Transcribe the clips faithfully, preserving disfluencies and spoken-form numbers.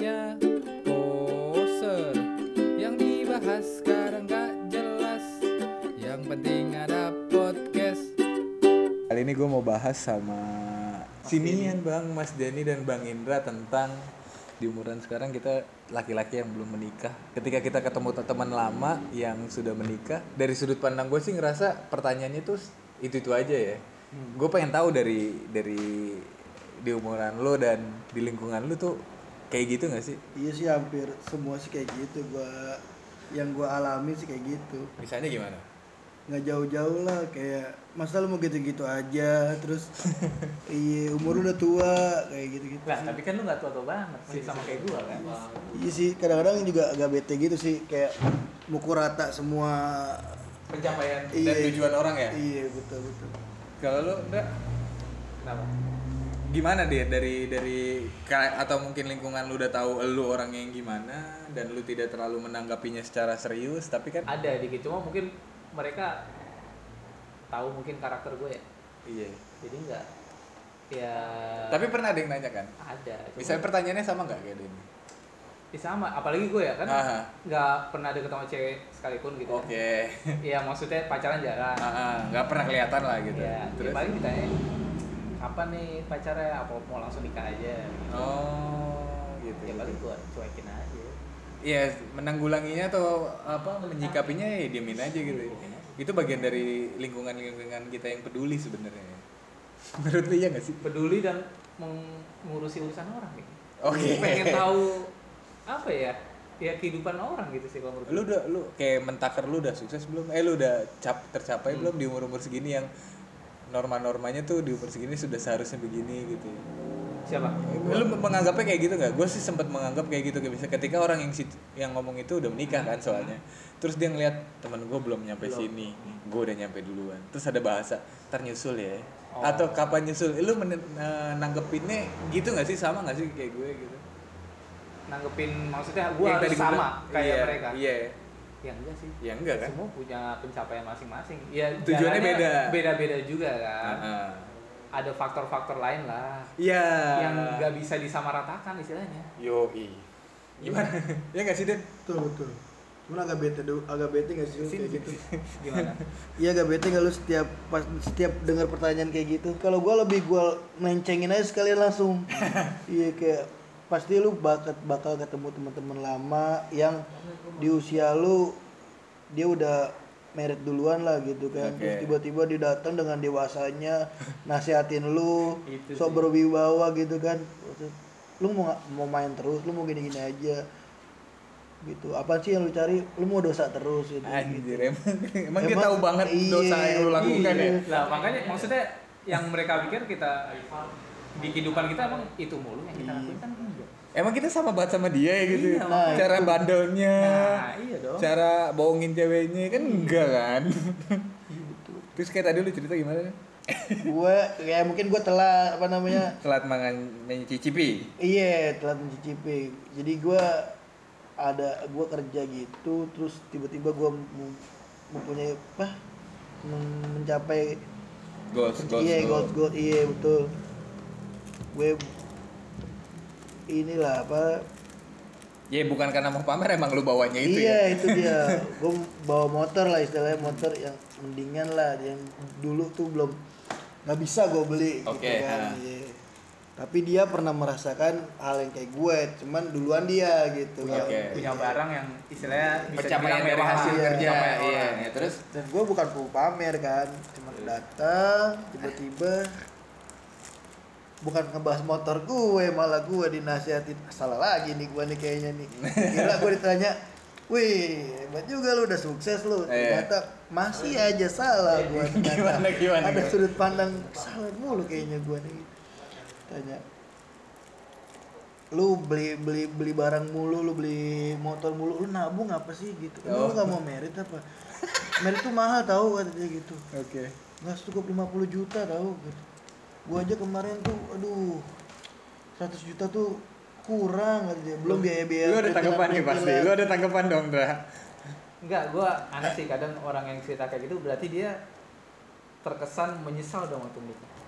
podcastnya poser. Yang dibahas sekarang gak jelas, yang penting ada podcast. Kali ini gue mau bahas sama sinian Bang, Mas Denny dan Bang Indra tentang di umuran sekarang kita laki-laki yang belum menikah. Ketika kita ketemu teman lama yang sudah menikah, dari sudut pandang gue sih ngerasa pertanyaannya tuh itu-itu aja ya. Hmm. Gue pengen tahu dari dari di umuran lo dan di lingkungan lo tuh kayak gitu nggak sih? Iya sih, hampir semua sih kayak gitu. Gua yang gua alami sih kayak gitu. Misalnya gimana? Nggak jauh-jauh lah, kayak masa lu mau gitu-gitu aja terus iya umur lu udah tua kayak gitu-gitu. Lah, tapi kan lu nggak tua-tua banget sih sama kayak gua kan. Iya sih, kadang-kadang juga agak bete gitu sih, kayak mukul rata semua Pencapaian iya, dan tujuan orang ya? Iya, betul betul. Kalau lo enggak Kenapa? gimana dia dari dari atau mungkin lingkungan lu udah tahu lu orangnya yang gimana dan lu tidak terlalu menanggapinya secara serius, tapi kan Ada dikit, cuma mungkin mereka tahu mungkin karakter gue ya. iya. Jadi enggak ya. Tapi pernah ada yang nanya kan? Ada. Misalnya pertanyaannya sama nggak kayak ini? Ya sama, apalagi gue ya kan Aha. nggak pernah deket sama cewek sekalipun gitu. Oke. Kan. Iya, maksudnya pacaran jarang. Aha, nggak pernah kelihatan lah gitu. Iya, Terus ya paling ditanya kapan nih pacarnya, apa mau langsung nikah aja gitu. oh gitu. Ya paling gue cuekin aja. Iya, menanggulanginya atau apa menyikapinya ya diemin aja gitu. Diemin aja. Itu bagian dari lingkungan-lingkungan kita yang peduli sebenarnya. Menurut lu iya nggak sih? Peduli dan mengurusi urusan orang gitu. Oke. Okay. Pengen tahu apa ya? Ya kehidupan orang gitu sih kalau menurut Lu udah lu kayak mentaker lu udah sukses belum? Eh lu udah cap tercapai Hmm. belum di umur-umur segini yang norma-normanya tuh di umur segini sudah seharusnya begini gitu. Siapa? Lu menganggapnya kayak gitu nggak? Gue sih sempat menganggap kayak gitu, kayak bisa ketika orang yang yang ngomong itu udah menikah kan soalnya. Terus dia ngeliat teman gue belum nyampe Belum. sini, gue udah nyampe duluan. Terus ada bahasa ternyusul ya, Oh. atau kapan nyusul? Lu men- nanggepinnya gitu nggak sih, sama nggak sih kayak gue gitu? Nanggepin maksudnya gue Yang harus tadi gua sama bilang, kayak iya, mereka. Iya. Ya enggak sih. Ya enggak kan? Semua punya pencapaian masing-masing. Ya Tujuannya jalannya beda. Beda-beda juga kan. Uh-huh. Ada faktor-faktor lain lah Iya. yang nggak bisa disamaratakan istilahnya. Yoi. Gimana? Ya nggak sih Den? Betul betul. Cuman agak bete do- agak bete nggak sih lu kayak gitu? Gimana? Iya, agak bete nggak lu setiap pas setiap dengar pertanyaan kayak gitu? Kalau gua lebih gua mencengin aja sekalian langsung. Iya, kayak pasti lu bakal bakal ketemu teman-teman lama yang di usia lu dia udah merit duluan lah gitu kan. Oke. Terus tiba-tiba dia datang dengan dewasanya nasihatin lu, Itu sok sih. berwibawa gitu kan. Terus, lu mau nggak- mau main terus, lu mau gini-gini aja gitu. Apa sih yang lu cari? Lu mau dosa terus gitu. Anjir, gitu. emang, emang dia Emang- tahu banget iya, dosa yang lu lakukan iya. ya? Lah makanya maksudnya yang mereka pikir kita di kehidupan kita emang itu mulu yang kita lakuin kan enggak. Emang kita sama banget sama dia ya gitu? Iya, nah, cara itu. bandelnya, Nah, iya dong. cara bohongin ceweknya kan enggak kan? Terus kayak tadi lu cerita gimana? Gue kayak mungkin gue telat apa namanya? Telat mangan mencicipi. Iya, telat mencicipi. Jadi gue ada gue kerja gitu, terus tiba-tiba gue mempunyai apa? Men- mencapai Goals, goals, iya goals. gold gold iya betul. Gue inilah apa? Ya bukan karena mau pamer, emang lu bawanya itu iya ya? itu dia. Gue bawa motor lah istilahnya, motor yang mendingan lah, yang dulu tuh belum nggak bisa gue beli Oke, gitu ha. kan. Iya. Tapi dia pernah merasakan hal yang kayak gue, cuman duluan dia gitu. Punya, Oke. punya barang yang istilahnya bisa Pencapaian dibilang dari mewah lah. hasil Iya, kerja, Pencapaian iya. orang. Ya, terus Dan gue bukan mau pamer kan, cuma datang tiba-tiba bukan ngebahas motor gue, malah gue dinasihatin. Salah lagi nih gue nih kayaknya nih. Kira gue ditanya, wih hebat juga lu udah sukses lu. Iya. Ternyata masih aja salah gue. Gimana, gimana, Ada gimana? sudut pandang salah mulu kayaknya gue nih. Tanya, lu beli beli beli barang mulu, lu beli motor mulu, lu nabung apa sih gitu? Emang Oh. lu gak mau merit apa? Merit tuh mahal tahu kata dia gitu. Oke. Nggak cukup lima puluh juta tahu gitu. Gua aja kemarin tuh aduh seratus juta tuh kurang kata dia. Belum biaya-biaya. Lu ada tanggapan nih pasti, lu ada tanggapan dong, Dra. Enggak, gue aneh sih kadang orang yang cerita kayak gitu berarti dia terkesan menyesal dong waktu nikah.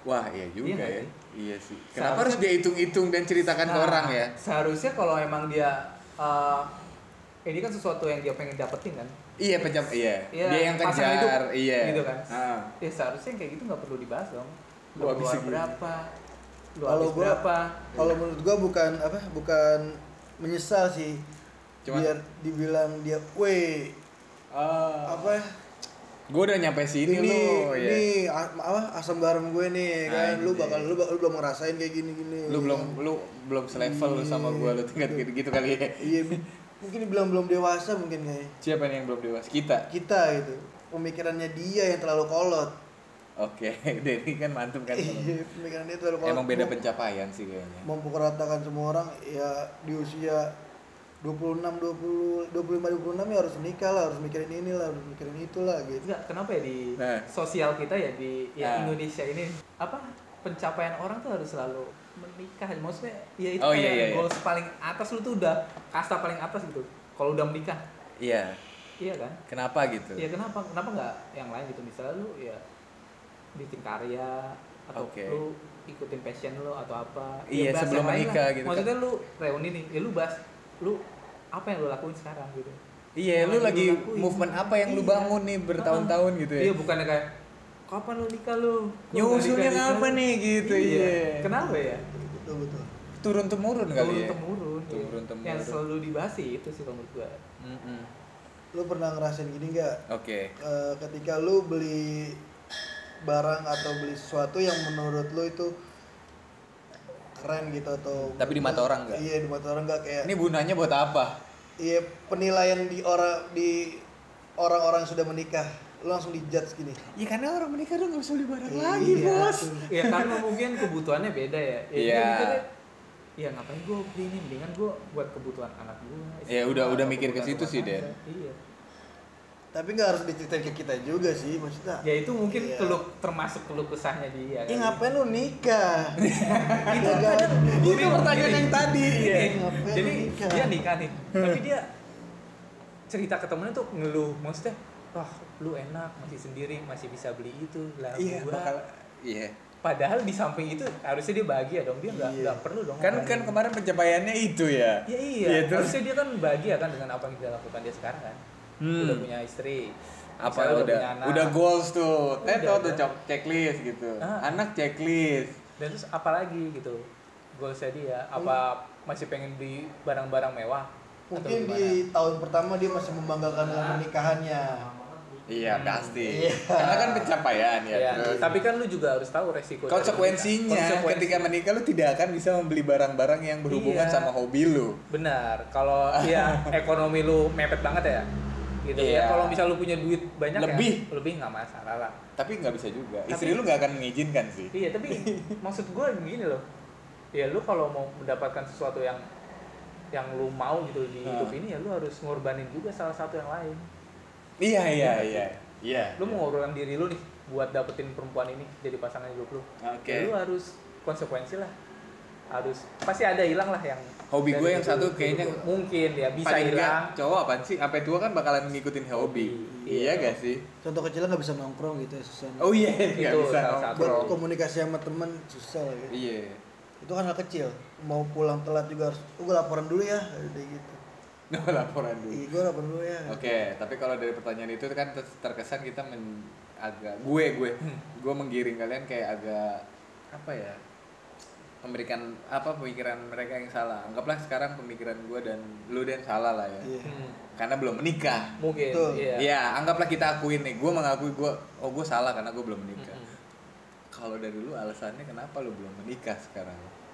Wah, iya juga Iya nggak ya. sih? Iya sih. Kenapa Seharusnya- harus dia hitung-hitung dan ceritakan ke Nah, orang ya? Seharusnya kalau emang dia uh, ini kan sesuatu yang dia pengen dapetin kan. Iya, pencap iya. Iya, Dia yang pasangan kejar, hidup, iya. gitu kan. Ah. Ya seharusnya yang kayak gitu nggak perlu dibahas dong. Lu Lu habis keluar segini. berapa? Lu Kalau habis gua- berapa? Kalau menurut gua bukan apa bukan menyesal sih. Cuman- biar dibilang dia, "Weh, Ah. apa Gue udah nyampe sini ini lu, ya. ini a- apa asam garam gue nih kan lu Anjing. bakal lu, bakal- lu belum ngerasain kayak gini gini Lu belum lu belum selevel lu sama gue, lu tingkat gitu-gitu kali ya. iya bi- mungkin dibilang belum dewasa mungkin kayak Siapa nih yang belum dewasa? Kita. kita gitu pemikirannya dia yang terlalu kolot. Oke, Denny kan mantep kan. Iya, pemikiran dia terlalu kolot. Emang beda Mem- pencapaian sih kayaknya. memperatakan semua orang ya di usia dua puluh enam, dua puluh, dua puluh lima, dua puluh enam ya harus nikah lah, harus mikirin ini lah, harus mikirin itu lah gitu. Enggak, kenapa ya di Nah. sosial kita ya di ya Nah. Indonesia ini apa pencapaian orang tuh harus selalu menikah. Maksudnya ya itu Oh, kayak iya, iya, iya. goals paling atas lu tuh udah kasta paling atas gitu. Kalau udah menikah, Iya. iya kan? Kenapa gitu? Ya kenapa kenapa nggak yang lain gitu, misalnya lu ya bikin karya atau Oke. lu ikutin passion lu atau apa. Iya, bahas sebelum yang lain menikah lah. gitu kan. Maksudnya lu reuni nih, ya lu bahas lu apa yang lu lakuin sekarang gitu. Iya, Yang lu lagi lakuin. movement apa yang lu Iya. bangun nih bertahun-tahun gitu ya? Iya, bukannya kayak kapan lu nikah lu? Kok Nyusulnya nggak nikah, ngapa nikah? nih gitu, iya. Kenapa ya? Betul betul. Turun temurun kali Turun ya. temurun. iya. Turun temurun. Yang selalu dibahas sih itu sih kalau menurut gua. Mm-mm. Lu pernah ngerasain gini nggak? Oke. Eh, ketika lu beli barang atau beli sesuatu yang menurut lu itu keren gitu atau Tapi di mata orang nggak? Iya, di mata orang nggak kayak Ini gunanya buat apa? iya penilaian di orang di orang-orang yang sudah menikah lu langsung dijudge gini. Ya karena orang menikah udah nggak bisa beli barang Iya, lagi, bos. Ya karena mungkin kebutuhannya beda ya. Ya, Iya. dia mikirnya, ya ngapain gua beli ini, mendingan gua buat kebutuhan anak gua. istri Ya, udah- gua, udah atau mikir ke kebutuhan situ rumah sih, tangga. Den. Iya. Tapi nggak harus diceritain ke kita juga sih maksudnya. Ya itu mungkin Iya. keluh termasuk keluh kesahnya dia. Ih kan. ngapain lu nikah? Itu Ya kadang kan? Itu pertanyaan yang tadi. Iya. Ngapain Jadi lu nikah? dia nikah nih, tapi dia cerita ke temennya tuh ngeluh, maksudnya, wah lu enak masih sendiri masih bisa beli itu lah Iya, gua. bakal iya. Padahal di samping itu harusnya dia bahagia dong, dia nggak Iya. nggak perlu dong. Kan ngomongin. kan kemarin pencapaiannya itu ya. Ya iya, Iya, terus harusnya dia kan bahagia kan dengan apa yang dia lakukan dia sekarang kan. Hmm. Udah punya istri. apa misalnya udah punya anak. udah goals tuh. Eh Udah, tuh tuh udah. cok checklist gitu. Ah. Anak checklist. Dan terus apa lagi gitu goalsnya dia? Apa masih pengen beli barang-barang mewah? Atau Mungkin gimana? di tahun pertama dia masih membanggakan dengan pernikahannya. Iya, Hmm. pasti. Iya. Karena kan pencapaian ya. Ya, Terus tapi kan lu juga harus tahu resiko dari konsekuensinya menikah. Konsekuensi. ketika menikah lu tidak akan bisa membeli barang-barang yang berhubungan Iya. sama hobi lu. Benar, kalau ya ekonomi lu mepet banget ya, gitu Iya. ya. Kalau misal lu punya duit banyak Lebih. ya, lebih nggak masalah lah. Tapi nggak bisa juga. Tapi- Istri lu nggak akan mengizinkan sih. Iya, tapi maksud gue gini loh, ya lu kalau mau mendapatkan sesuatu yang yang lu mau gitu di Ah. hidup ini ya lu harus ngorbanin juga salah satu yang lain. Iya iya Iya. iya. Iya. Lu mau ngorbanin diri lu nih buat dapetin perempuan ini jadi pasangan hidup lu. Oke. Ya lu harus konsekuensi lah. Harus pasti ada hilang lah yang Hobi dari gue yang hidup- satu hidup kayaknya lu. mungkin ya bisa Paling hilang. nggak, cowok apaan sih? Sampai tua kan bakalan ngikutin hobi. Hobi. Iya Iya. gak sih? Contoh kecilnya nggak bisa nongkrong gitu ya susah. Oh iya, nggak Itu bisa salah satu. Buat nongkrong. komunikasi sama temen susah lah gitu. Iya. Itu kan hal kecil. Mau pulang telat juga harus, oh, gue laporan dulu ya, kayak gitu. No, laporan dulu. Iya, gue laporan dulu ya. Oke, tapi kalau dari pertanyaan itu kan ter- terkesan kita men, agak gue gue Hmm. gue menggiring kalian kayak agak apa ya? Memberikan apa pemikiran mereka yang salah. Anggaplah sekarang pemikiran gue dan lu dan salah lah ya. Iya. Hmm, Karena belum menikah. mungkin Betul. iya. Iya, anggaplah kita akuin nih. Gue mengakui gue, oh gue salah karena gue belum menikah. Mm-mm. Kalau dari lu alasannya kenapa lu belum menikah sekarang?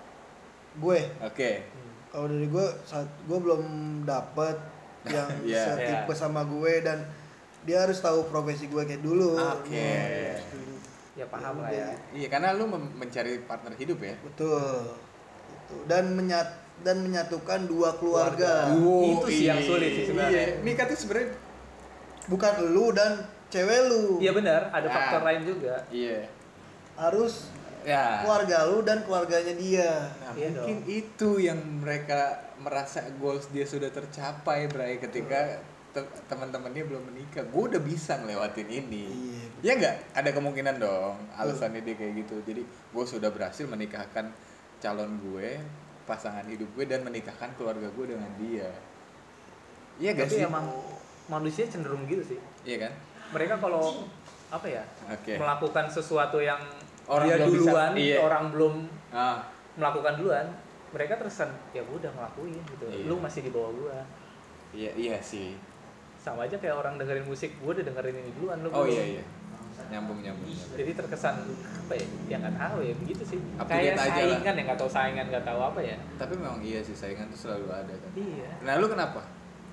Gue, Oke. Hmm. kalau dari gue, saat gue belum dapet yang Iya. setipe Iya. sama gue dan dia harus tahu profesi gue kayak dulu. Oke. Gitu. Ya paham Ya lah udah. ya. Iya, karena lu mem- mencari partner hidup ya. Betul. Gitu. Dan menyat dan menyatukan dua keluarga. Itu sih yang sulit sih sebenarnya. Iya. Nikah tuh sebenarnya Bukan lu dan cewek lu. Iya benar, ada Nah. faktor lain juga. iya. Harus Ya. keluarga lu dan keluarganya dia. Nah, Iya mungkin itu yang mereka merasa goals dia sudah tercapai, Bray, ketika te- teman-temannya belum menikah, gue udah bisa ngelewatin ini. Iya. Ya nggak, ada kemungkinan dong alasannya dia kayak gitu. Jadi gue sudah berhasil menikahkan calon gue, pasangan hidup gue, dan menikahkan keluarga gue dengan dia. Iya gak Tapi sih? emang manusia cenderung gitu sih. Iya kan? Mereka kalau apa ya Oke. melakukan sesuatu yang Orang dia belum bisa, duluan, iya. orang belum Ah, melakukan duluan, mereka terkesan ya gue udah ngelakuin gitu. Iya. Lu masih di bawah gua. iya iya sih. Sama aja kayak orang dengerin musik, gue udah dengerin ini duluan lu. Oh belum. iya iya. Nyambung nyambung. nyambung. Jadi terkesan apa ya? Ya nggak tahu ya begitu sih. Up to Kayak date aja lah. saingan ya nggak tahu saingan nggak tahu apa ya. Tapi memang iya sih, saingan tuh selalu ada kan. Iya. Nah lu kenapa?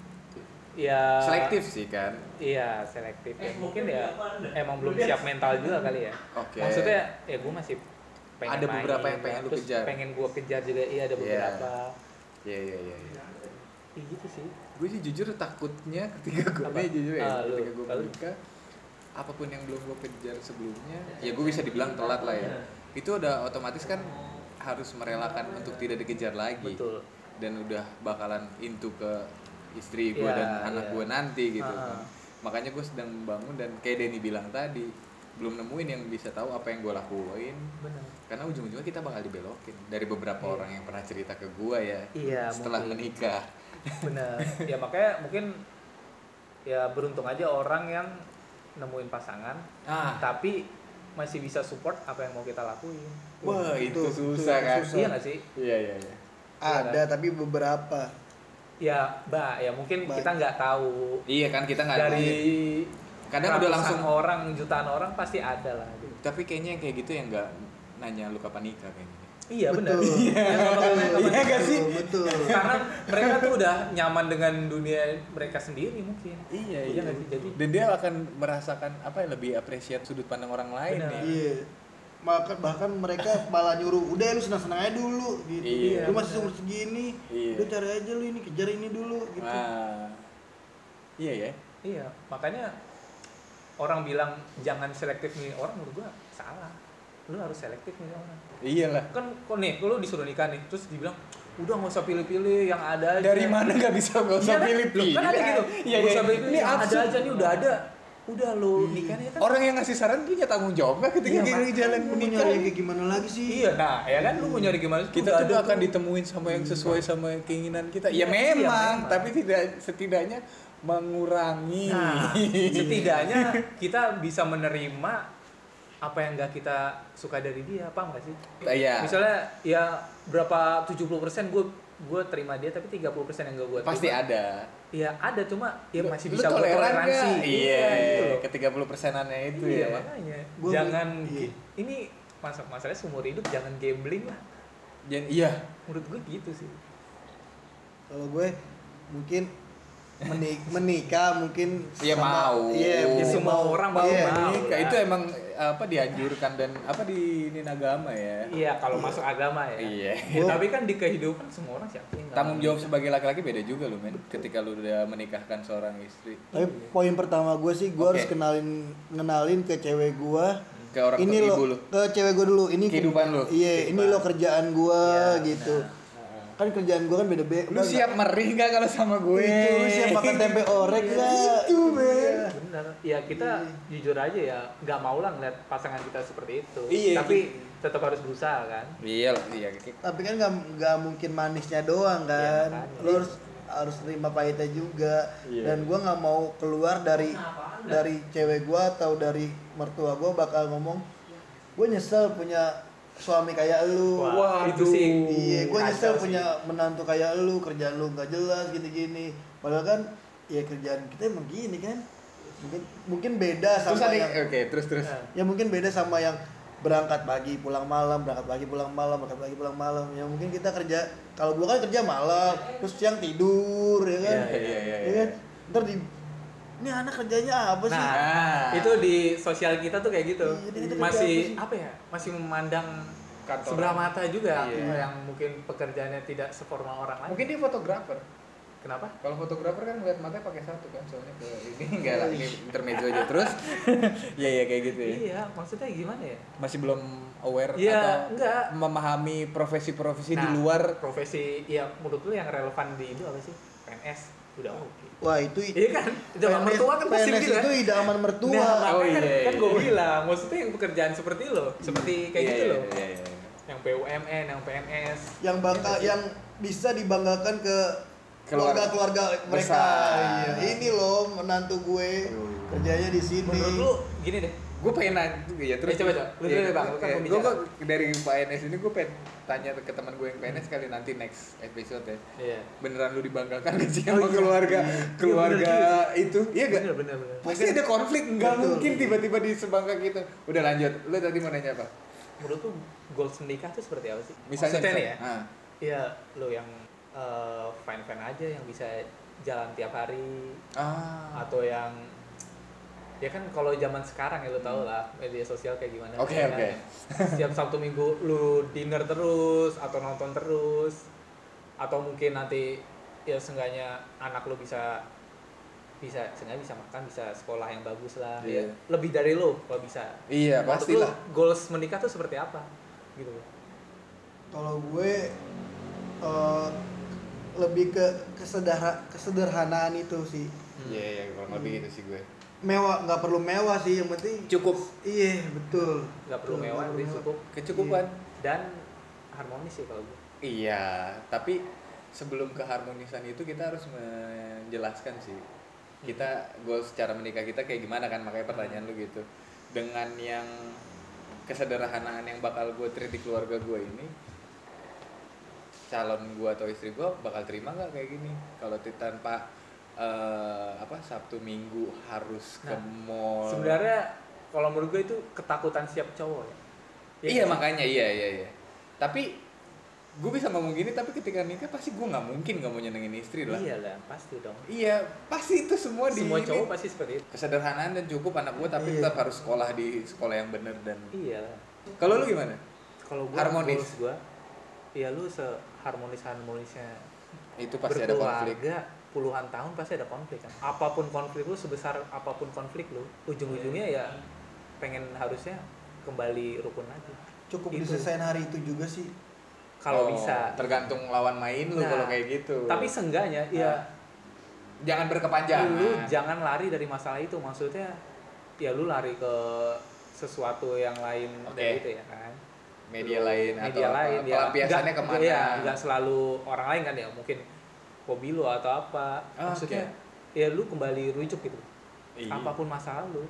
Ya. Selektif sih kan. Iya selektif ya. Mungkin ya emang belum siap mental juga kali ya. Oke. Maksudnya ya gue masih pengen Ada beberapa main, yang pengen lu terus kejar. pengen gue kejar juga, iya ada Iya. beberapa. Iya iya iya. iya. Iya gitu sih. Gue sih jujur takutnya ketika gue Apa? nih jujur ya, Ah, lu. ketika gue Lalu? menikah, apapun yang belum gue kejar sebelumnya, ya gue bisa dibilang telat lah ya. Itu udah otomatis kan harus merelakan untuk tidak dikejar lagi. Betul. Dan udah bakalan into ke istri gue Iya, dan anak iya. gue nanti gitu Ah, kan. ah. Makanya gue sedang membangun, dan kayak Denny bilang tadi, belum nemuin yang bisa tahu apa yang gue lakuin. Benar. Karena ujung-ujungnya kita bakal dibelokin dari beberapa Iya. orang yang pernah cerita ke gue ya, Iya, setelah mungkin. menikah. Benar. Ya makanya mungkin ya beruntung aja orang yang nemuin pasangan, Ah. tapi masih bisa support apa yang mau kita lakuin. Wah, itu Tuh, susah tuh, kan. susah. Iya nggak sih? Iya iya iya. Ada tapi beberapa. Ya, mbak, ya mungkin Mbak. kita nggak tahu Iya kan kita nggak dari kadang udah ratusan langsung. orang, jutaan orang pasti ada lah. Gitu. Tapi kayaknya yang kayak gitu yang nggak nanya lu kapan nikah kayaknya. Iya benar. Betul. Yang nggak bakal nanya kapan Iya nggak sih? Betul. Karena mereka tuh udah nyaman dengan dunia mereka sendiri mungkin. Iya Iya nggak sih? Jadi Dan dia akan merasakan apa ya, lebih appreciate sudut pandang orang lain Benar. nih. Iya. Maka bahkan mereka malah nyuruh, udah lu senang-senang aja dulu gitu. Iya, Lu masih benar. umur segini, Iya. udah cari aja lu ini, kejar ini dulu gitu. Wah. Iya ya. iya, makanya orang bilang jangan selektif nih orang, menurut gua salah. Lu harus selektif nih orang. Iyalah. Kan kok nih, kalau disuruh nikah nih, terus dibilang udah nggak usah pilih-pilih yang ada aja. Dari mana nggak bisa nggak usah Iya kan? pilih-pilih. Loh, kan ada gitu. Iya Nggak iya. usah pilih-pilih, Ini yang ada absurd. aja nih udah ada. Udah lu nikah nih kan. Orang yang ngasih saran punya tanggung jawab nggak ketika Iya, kita Mak. jalan Lu mau menikah? nyari yang kayak gimana lagi sih? Iya, nah ya kan lu mau nyari gimana? Kita Udah tuh ada akan tuh. ditemuin sama yang sesuai sama keinginan kita. Iya, Ya iya, memang, memang. tapi tidak setidaknya mengurangi. Nah, setidaknya kita bisa menerima apa yang nggak kita suka dari dia, paham nggak sih? Iya. Misalnya ya berapa tujuh puluh persen gue gue terima dia, tapi tiga puluh persen yang gak gue terima. Pasti ada. Iya ada, cuma ya Lu- masih lu bisa gue toleran toleransi. nggak? Iya, gitu loh. ke tiga puluh persenannya itu Iya, ya. makanya Gua- jangan iya. gi- ini masa masalahnya seumur hidup jangan gambling lah. Dan iya. Menurut gue gitu sih. Kalau gue mungkin menik menikah mungkin Iya, sama- mau. Iya, Ya, mau- semua orang mau, iya, mau. Menikah ya. itu emang apa dianjurkan dan apa di ini agama ya. Iya kalau masuk agama ya. Iya. Ya, tapi kan di kehidupan semua orang siapa yang nggak Tanggung mau jawab nikah? sebagai laki-laki beda juga loh men. Ketika lu udah menikahkan seorang istri Tapi poin pertama gue sih gue Oke. harus kenalin ngenalin ke cewek gue. ke orang Ini tua lo ibu lu. ke cewek gue dulu. Ini Kehidupan lu. Iya, ini lo kerjaan gue Iya, gitu. benar. Kan kerjaan gue kan beda-beda. Lu siap merih gak kalau sama gue? Itu lu siap makan tempe orek gak? Itu men. Bener. Ya kita jujur aja ya, nggak mau lah ngeliat pasangan kita seperti itu. Iya, Tapi tetap harus berusaha kan. Iya lah, iya. Tapi kan nggak nggak mungkin manisnya doang kan. Iya, makanya. Lo harus harus terima pahitnya juga. Iya. Dan gue nggak mau keluar dari dari cewek gue atau dari mertua gue bakal ngomong, gue nyesel punya suami kayak lu. Wah, itu Waduh. sih. Iya, gue nyesel kacau sih. punya menantu kayak lu, kerjaan lu nggak jelas gini-gini. Padahal kan ya kerjaan kita emang gini kan. Mungkin mungkin beda Terus sama ada yang oke, terus terus. Nah, ya mungkin beda sama yang berangkat pagi pulang malam, berangkat pagi pulang malam, berangkat pagi pulang malam. Ya mungkin kita kerja, kalau gue kan kerja malam, terus siang tidur ya kan. Iya, iya, iya, Ya iya. kan? Ntar di ini anak kerjanya apa sih? Nah, Nah. itu di sosial kita tuh kayak gitu. Iya, dia- dia kerja Masih apa sih? apa ya? Masih memandang Kantoran. sebelah mata juga Iya. yang mungkin pekerjaannya tidak seformal orang lain. Mungkin dia fotografer. Kenapa? Kalau fotografer kan ngeliat matanya pakai satu kan, soalnya ke ini enggak lah, ini intermezzo aja terus. Iya iya kayak gitu ya. Iya, maksudnya gimana ya? Masih belum aware Iya, atau enggak. memahami profesi-profesi di Nah, luar. profesi ya menurut lu yang relevan di itu apa sih? Pengen N S udah oke. Wah itu Iya kan? Idaman mertua kan pasti P N S gitu kan? itu idaman mertua. Nah, Oh, makanya iya, kan iya, gue iya. bilang, maksudnya yang pekerjaan seperti lo, seperti kayak Iya, gitu iya, loh. iya, iya. Yang P U M N, yang P N S. yang bakal Iya, yang bisa dibanggakan ke Keluarga- keluarga-keluarga mereka. besar. Iya, ini loh menantu gue Uh. kerjanya di sini. Menurut lu gini deh, Gue pengen nanya ya terus Eh, coba, coba. Lu dulu deh, Bang. Lu kan gue pembicara. dari P N S ini gue pengen tanya ke teman gue yang P N S kali nanti next episode ya. Iya. Beneran lu dibanggakan gak sih Oh, sama iya. keluarga Iya, keluarga bener itu? Iya gak? Bener, bener, bener. Pasti ada konflik, nggak Betul. mungkin tiba-tiba di sebangga gitu. Udah lanjut, lu tadi mau nanya apa? Menurut lu goals menikah tuh seperti apa sih? Misalnya, Maksudnya nih ya, misalnya, ah. ya lu yang eh, fine-fine aja, yang bisa jalan tiap hari, Ah. atau yang ya kan kalau zaman sekarang ya lu tau lah media sosial kayak gimana. Oke, ya oke. kan? Setiap Sabtu Minggu lu dinner terus atau nonton terus, atau mungkin nanti ya seenggaknya anak lu bisa bisa seenggaknya bisa makan, bisa sekolah yang bagus lah. Iya. Ya, lebih dari lu kalau bisa. Iya, Menurut pastilah. lu goals menikah tuh seperti apa? Gitu. Kalau gue eh, lebih ke kesederha- kesederhanaan itu sih. Iya, iya, kurang lebih gitu sih gue. Mewah nggak perlu mewah sih, yang penting Cukup. iya betul. Nggak perlu Betul, mewah, nggak tapi perlu cukup Kecukupan. dan harmonis sih kalau gue. Iya, tapi sebelum keharmonisan itu kita harus menjelaskan sih. Kita goals secara menikah kita kayak gimana kan, makanya pertanyaan lu gitu. Dengan yang kesederhanaan yang bakal gue treat di keluarga gue ini, calon gue atau istri gue bakal terima nggak kayak gini? Kalau ti- tanpa eh, apa Sabtu Minggu harus ke Nah, mall. Sebenarnya kalau menurut gue itu ketakutan siap cowok ya. Ya Iya kan? makanya iya iya iya. Tapi gue bisa ngomong gini, tapi ketika nikah pasti gue nggak mungkin nggak mau nyenengin istri lah. Iya lah, pasti dong. Iya, pasti itu semua di Semua ini. cowok pasti seperti itu. Kesederhanaan dan cukup anak gue, tapi Iya. tetap harus sekolah di sekolah yang benar dan. Iya lah. Kalau lu gimana? Kalau gue Harmonis. goals gue, ya lu seharmonis harmonisnya Itu pasti ada konflik. berkeluarga puluhan tahun pasti ada konflik kan. Apapun konflik lu, sebesar apapun konflik lu, ujung-ujungnya ya pengen harusnya kembali rukun lagi. Cukup Itu. diselesain hari itu juga sih. Kalau Oh, bisa. tergantung lawan main lu Nah, kalau kayak gitu. Tapi seenggaknya ya jangan berkepanjangan. lu jangan lari dari masalah itu. Maksudnya ya lu lari ke sesuatu yang lain Oke. dari itu ya kan. Media lain Media atau apa? lain ya. Pelampiasannya Nggak- kemana? Ya, nggak selalu orang lain kan ya. Mungkin hobi lu atau apa. Ah, Maksudnya ya lu kembali rujuk gitu. Iya. Apapun masalah lu.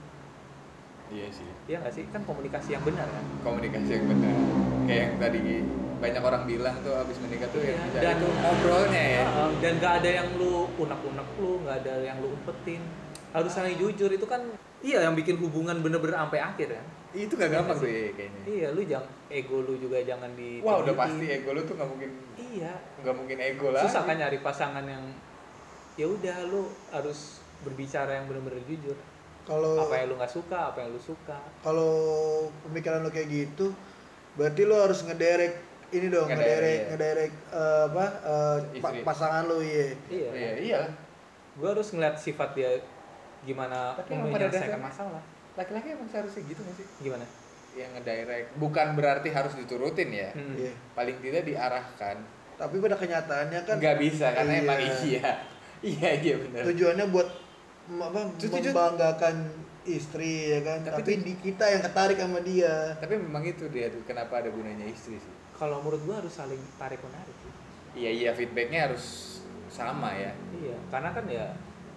Iya sih. Iya nggak sih? Kan komunikasi yang benar kan. Komunikasi yang benar. Kayak yang tadi banyak orang bilang tuh abis menikah tuh Iya, yang dicari dan- tuh ngobrolnya ya. Heeh, dan nggak ada yang lu unek-unek lu, nggak ada yang lu umpetin. Harus saling jujur itu kan. Iya yang bikin hubungan bener-bener sampai akhir kan. Itu gak gampang Iya tuh sih. ya, kayaknya. Iya lu jangan ego lu juga jangan di. Wah udah pasti ego lu tuh nggak mungkin Iya. nggak mungkin ego lah. Susah kan nyari pasangan yang ya udah lu harus berbicara yang bener-bener jujur. Kalau Apa yang lu nggak suka, apa yang lu suka. kalau pemikiran lo kayak gitu, berarti lo harus ngederek ini dong, Ngederek, ngederek, iya. ngederek eh, apa eh, pa- Istri. pasangan lo iya. Iya. Iya iya. Gue harus ngeliat sifat dia gimana Tapi emang pada menyelesaikan dasarnya- masalah. Laki-laki emang seharusnya gitu nggak sih? Gimana? Yang ngedirect bukan berarti harus diturutin ya. Hmm. Iya. Paling tidak diarahkan. Tapi pada kenyataannya kan Nggak bisa karena Iya. emang iya. Iya iya benar. tujuannya buat m- apa Terus tuju- membanggakan istri ya kan. Tapi Tapi, tuj- di kita yang ketarik sama dia. Tapi memang itu dia tuh kenapa ada gunanya istri sih. Kalau menurut gue harus saling tarik menarik sih. Iya iya feedbacknya harus sama ya. Iya, karena kan ya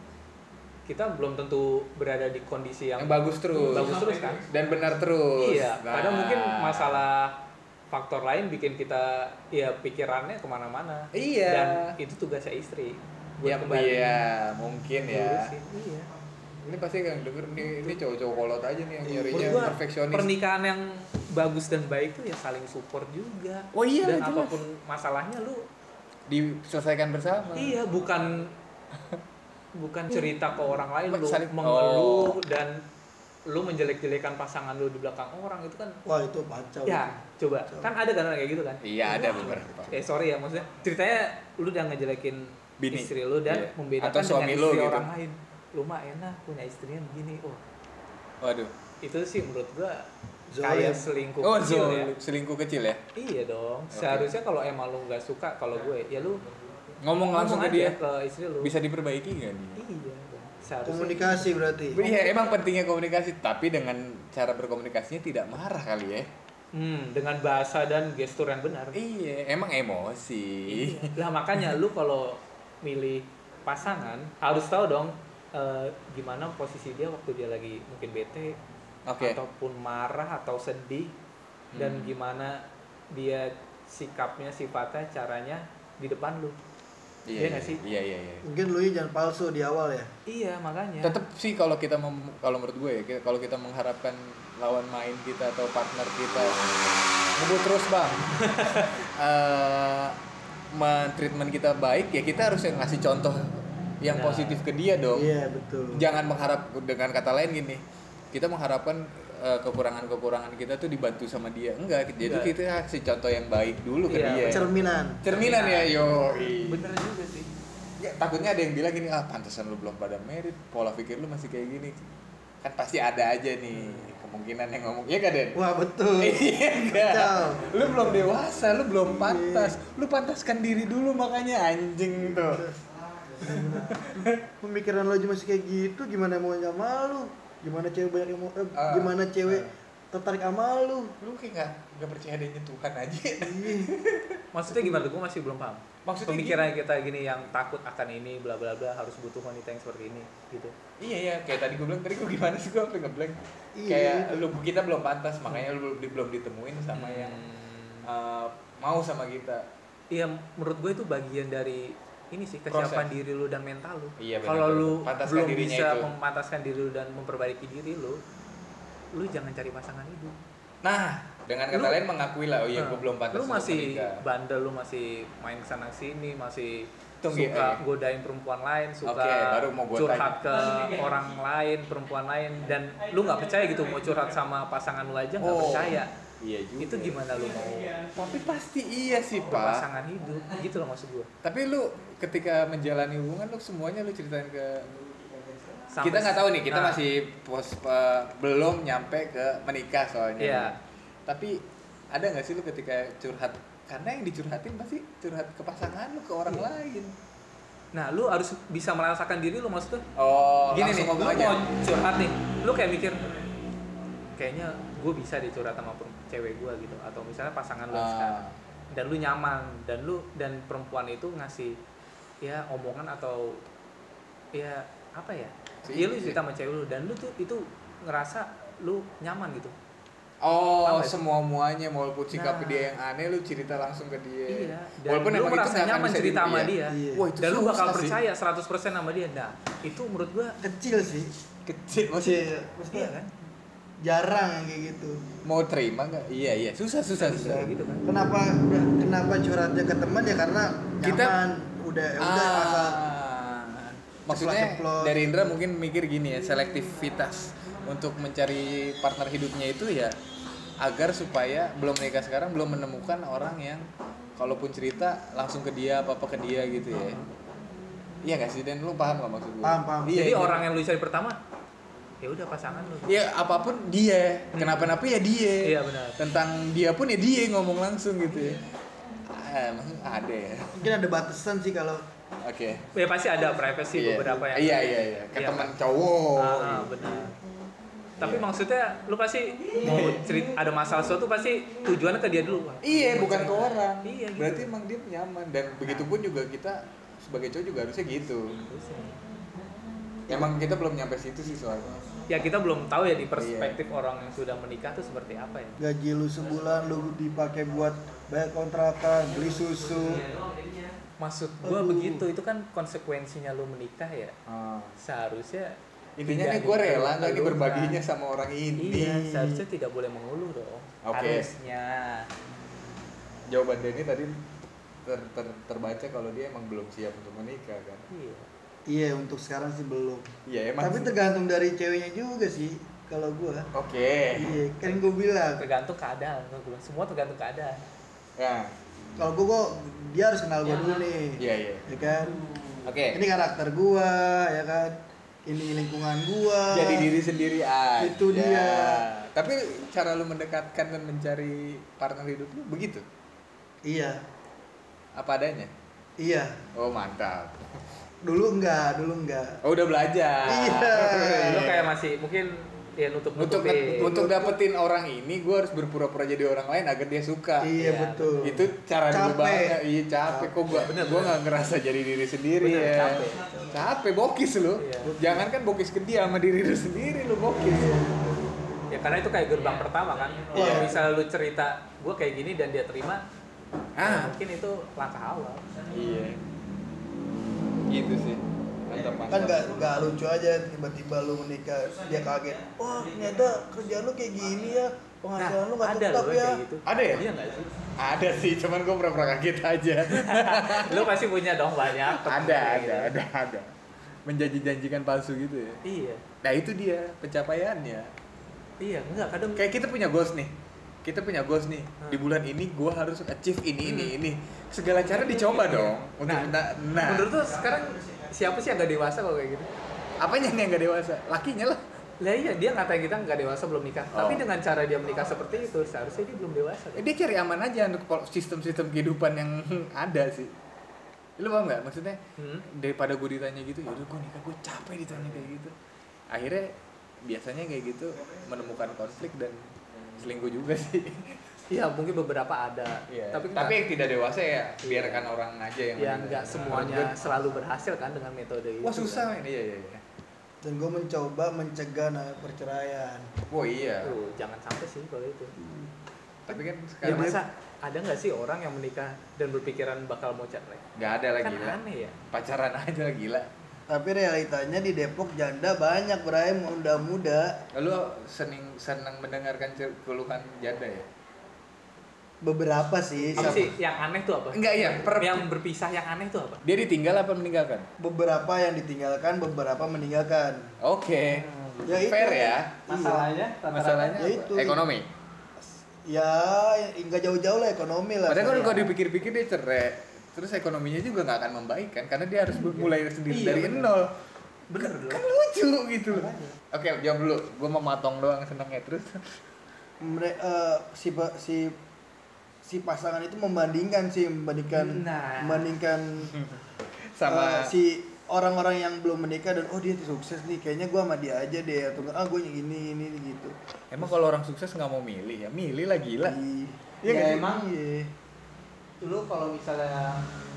kita belum tentu berada di kondisi yang, Yang bagus terus. bagus terus kan. Dan benar terus. Iya, Nah. kadang mungkin masalah faktor lain bikin kita ya pikirannya kemana-mana. Iya. Dan itu tugasnya istri. Ya, iya, mungkin ya. lurusin. Iya. Ini pasti yang denger nih, ini cowok-cowok kolot aja nih yang nyarinya Menurut gua perfeksionis. pernikahan yang bagus dan baik tuh ya saling support juga. Oh iya, Dan jelas. apapun masalahnya lu Diselesaikan bersama. iya bukan bukan cerita ke orang lain lu Saling- mengeluh oh. dan lu menjelek-jelekan pasangan lu di belakang orang itu kan Wah, itu kacau. ya coba Kacau. kan ada kan orang kayak gitu kan. Iya, ada beberapa. Eh sorry ya maksudnya ceritanya lu udah ngejelekin Bini. istri lu dan Iya. membedakan Atau suami dengan lu istri gitu. orang lain. Lu mah enak punya istrinya begini. Oh, Waduh. itu sih menurut gua Zolim. kayak selingkuh Oh, kecil so, ya. selingkuh kecil ya? Iya dong. Oke. Seharusnya kalau emang lu nggak suka kalau gue ya lu Ngomong langsung ke aja dia. ke istri lu. Bisa diperbaiki nggak nih? Iya. Seharusnya. Komunikasi berarti. Iya, emang pentingnya komunikasi, tapi dengan cara berkomunikasinya tidak marah kali ya. Hmm, dengan bahasa dan gestur yang benar. Iya, emang emosi. Iya. Lah makanya lu kalau milih pasangan harus tahu dong eh, gimana posisi dia waktu dia lagi mungkin bete Oke. ataupun marah atau sedih dan Hmm. gimana dia sikapnya, sifatnya, caranya di depan lu. Iya nggak sih? Iya, iya, iya. Mungkin lu jangan palsu di awal ya. Iya makanya. Tetap sih kalau kita mem- kalau menurut gue ya, kita- kalau kita mengharapkan lawan main kita atau partner kita ngebut terus bang, eh men-treatment kita baik ya kita harus yang ngasih contoh yang Nah. positif ke dia dong. Iya betul. Jangan mengharap, dengan kata lain gini, kita mengharapkan eh, kekurangan-kekurangan kita tuh dibantu sama dia. Enggak, jadi Enggak. kita kasih contoh yang baik dulu ke Iya, dia. Cerminan. Cerminan ya, yo. Bener juga sih. Ya, takutnya ada yang bilang gini, ah pantesan lu belum pada merit, pola pikir lu masih kayak gini. Kan pasti ada aja nih kemungkinan yang ngomong, iya gak Den? Wah betul. Iya enggak. Kacau. Lu belum dewasa, lu belum pantas. Lu pantaskan diri dulu makanya anjing tuh. Pemikiran lo aja masih kayak gitu, gimana mau sama lu? Gimana cewek banyak yang mau, eh, Ah. gimana cewek tertarik sama lu? Lu kayak gak, gak percaya adanya Tuhan aja. Iya. Maksudnya gimana? Gue masih belum paham. Maksudnya Pemikiran kita gini yang takut akan ini, bla bla bla, harus butuh wanita yang seperti ini, gitu. Iya iya, kayak tadi gue bilang, tadi gue gimana sih gue sampai ngeblank. Iya. Kayak lu kita belum pantas, makanya lu belum belum ditemuin sama Hmm. yang uh, mau sama kita. Iya, menurut gue itu bagian dari ini sih kesiapan Proses. diri lu dan mental lu. Iya, benar, Kalau benar. lu Pantaskan belum dirinya bisa itu. memantaskan diri lu dan memperbaiki diri lu, lu jangan cari pasangan hidup. Nah, dengan kata Lu- lain mengakui lah, oh iya Nah, gue belum pantas lu untuk masih menikah. bandel, lu masih main kesana sini, masih Tunggu, suka eh. godain perempuan lain, suka Oke, baru mau gua curhat ke orang lain, perempuan lain, dan lu nggak percaya gitu mau curhat sama pasangan lu aja nggak Oh, percaya. Iya juga. Itu gimana lu mau Tapi pasti iya sih, Pak. berpasangan hidup? Gitu loh maksud gua. Tapi lu ketika menjalani hubungan lu semuanya lu ceritain ke Sampai- kita nggak tahu nih, kita Nah, masih pos uh, belum nyampe ke menikah soalnya. Iya. Tapi ada nggak sih lu ketika curhat, karena yang dicurhatin pasti curhat ke pasangan lu, ke orang Iya. lain. Nah, lu harus bisa merasakan diri lu maksudnya. Oh, Gini langsung nih, lu ngomong aja. mau curhat nih, lu kayak mikir kayaknya gue bisa dicurhat sama per- cewek gue gitu, atau misalnya pasangan lu yang Ah. sekarang, dan lu nyaman, dan lu dan perempuan itu ngasih ya omongan atau ya apa ya, Si- dia lu cerita sama cewek lu dan lu tuh itu ngerasa lu nyaman gitu. Oh, Apa itu? semua muanya walaupun sikap Nah. dia yang aneh lu cerita langsung ke dia. Iya, dan Walaupun lu emang itu merasa nggak akan nyaman bisa cerita di- sama iya. dia. Iya. Wah, itu Dan lu bakal susah sih. percaya seratus persen sama dia. Nah, itu menurut gua Kecil sih. Kecil Masih, masih maksudnya iya kan? jarang yang kayak gitu. mau terima nggak? Iya iya, susah susah susah. Kayak gitu kan. Kenapa udah kenapa curhatnya ke teman ya karena Kita- nyaman, udah udah Ah, asal maksudnya ceplok-ceplok. dari Indra mungkin mikir gini ya, selektivitas untuk mencari partner hidupnya itu ya agar supaya belum menikah sekarang belum menemukan orang yang kalaupun cerita langsung ke dia apa apa ke dia gitu ya. Iya nggak sih, Dan lu paham nggak maksud gue? Paham, paham. Iya, Jadi iya. orang yang lu cari pertama ya udah pasangan lu. Ya apapun dia, kenapa-napa ya dia. Iya, benar. Tentang dia pun ya dia ngomong langsung gitu ya. Ah, maksudnya ada ya. mungkin ada batasan sih kalau Oke. Ya pasti ada privacy Iya. beberapa yang. Iya iya iya. Ke Iya, teman kan? cowok. Ah, ah, benar. Tapi maksudnya lu pasti mau cerita ada masalah suatu pasti tujuannya ke dia dulu. Pak. Iya, bukan ke orang. Iya, gitu. Berarti emang dia nyaman dan begitu pun juga kita sebagai cowok juga harusnya gitu. Emang kita belum nyampe situ sih soalnya. Ya kita belum tahu ya di perspektif orang yang sudah menikah tuh seperti apa ya. gaji lu sebulan lu dipakai buat bayar kontrakan, beli susu. Maksud gua Aduh. begitu, itu kan konsekuensinya lu menikah ya. Ah. Seharusnya Intinya tidak nih gue rela nggak nih mengeluhkan. berbaginya sama orang ini. Iya, seharusnya tidak boleh mengeluh dong. Oke. Harusnya. Jawaban Denny tadi ter, ter, terbaca kalau dia emang belum siap untuk menikah kan. Iya. Iya, untuk sekarang sih belum. Iya emang. Tapi sih. tergantung dari ceweknya juga sih kalau gua. Oke. Iya, kan gua bilang Tergantung keadaan, gua bilang. Semua tergantung keadaan. Ya. kalau gua kok dia harus kenal gua dulu nih. Iya iya. Ya kan? Oke. Ini karakter gua, ya kan? Ini lingkungan gua. Jadi diri sendiri aja. Itu dia. Tapi cara lu mendekatkan dan mencari partner hidup lu begitu? Iya. Apa adanya? Iya. Oh mantap. Dulu enggak, dulu enggak. Oh udah belajar. Iya. Lu kayak masih mungkin ya nutup Untuk nutupin. untuk dapetin orang ini gue harus berpura-pura jadi orang lain agar dia suka. Iya, Iya, betul. Itu cara dulu Capek. banget. Iya capek kok gua gua nggak ngerasa jadi diri sendiri Bener, ya. capek. Capek bokis lu. Iya. Jangan kan bokis ke dia sama diri lu sendiri lu bokis. Ya karena itu kayak gerbang pertama kan. Kalau Iya. misalnya lu cerita gue kayak gini dan dia terima, Ah. ya mungkin itu langkah awal. Iya. Gitu sih. Mantap mantap. Kan nggak nggak lucu aja tiba-tiba lu menikah dia kaget. Wah ternyata kerjaan lu kayak gini ya, penghasilan lu nggak ada tetap loh ya. kayak gitu. Ada ya? Iya nggak sih? Ada sih, cuman gua pura-pura kaget aja. Lu pasti punya dong banyak. temen ada, kayak ada, gitu. ada, ada. Menjanji-janjikan palsu gitu ya. Iya. Nah itu dia pencapaiannya. Iya, enggak kadang Kayak kita punya goals nih. Kita punya goals nih. Hmm. Di bulan ini gua harus achieve ini, ini, ini. Segala cara dicoba dong. Untuk Nah, nah, nah. menurut tuh sekarang siapa sih yang gak dewasa kalau kayak gitu? apanya nih yang gak dewasa? Lakinya lah. Lah iya, dia ngatain kita nggak dewasa belum nikah. Oh. Tapi dengan cara dia menikah seperti itu, seharusnya dia belum dewasa. Eh, dia cari aman aja untuk pol- sistem-sistem kehidupan yang ada sih. Lu paham nggak maksudnya? Hmm. Daripada gue ditanya gitu, yaudah gue nikah, gue capek ditanya kayak gitu. Akhirnya biasanya kayak gitu menemukan konflik dan selingkuh juga sih. Iya, mungkin beberapa ada. Iya. Tapi Tapi yang nggak- tidak dewasa ya Iya. biarkan orang aja yang ya menilai. nggak semuanya selalu berhasil kan dengan metode itu. Wah susah kan. ini, iya iya iya. Dan gue mencoba mencegah nah, perceraian. Oh iya. Tuh, jangan sampai sih kalau itu. Tapi kan Ya sekarang masa ada nggak sih orang yang menikah dan berpikiran bakal mau cerai? nggak ada lagi Kan lah. aneh ya. Pacaran aja lah gila. Tapi realitanya di Depok janda banyak Bray, muda-muda. Lalu seneng senang mendengarkan cer- keluhan janda ya? Beberapa sih. Apa Sam- sih yang aneh tuh apa? Enggak ya, per- Yang berpisah yang aneh tuh apa? Dia ditinggal apa meninggalkan? Beberapa yang ditinggalkan, beberapa meninggalkan. Oke. Ya itu. Fair ya. Masalahnya, Masalahnya Ya apa? itu. Ekonomi. Ya, nggak jauh-jauh lah ekonomi lah. Padahal kalau saya. kalau dipikir-pikir dia cerai, terus ekonominya juga nggak akan membaik kan, karena dia harus mulai sendiri Iya, dari bener. nol. Bener Kan- loh. Kan lucu gitu. Makanya. Oke, jawab dulu. Gue mau matong doang senangnya terus. Mere- eh, si pa- si si pasangan itu membandingkan sih membandingkan Nah. membandingkan Sama eh, si orang-orang yang belum menikah dan oh dia sukses nih kayaknya gua sama dia aja deh atau enggak ah gue yang ini ini gitu. emang kalau orang sukses nggak mau milih ya, milih lah gila. Ih, Iya ya nggak sih? emang iya. Lu kalau misalnya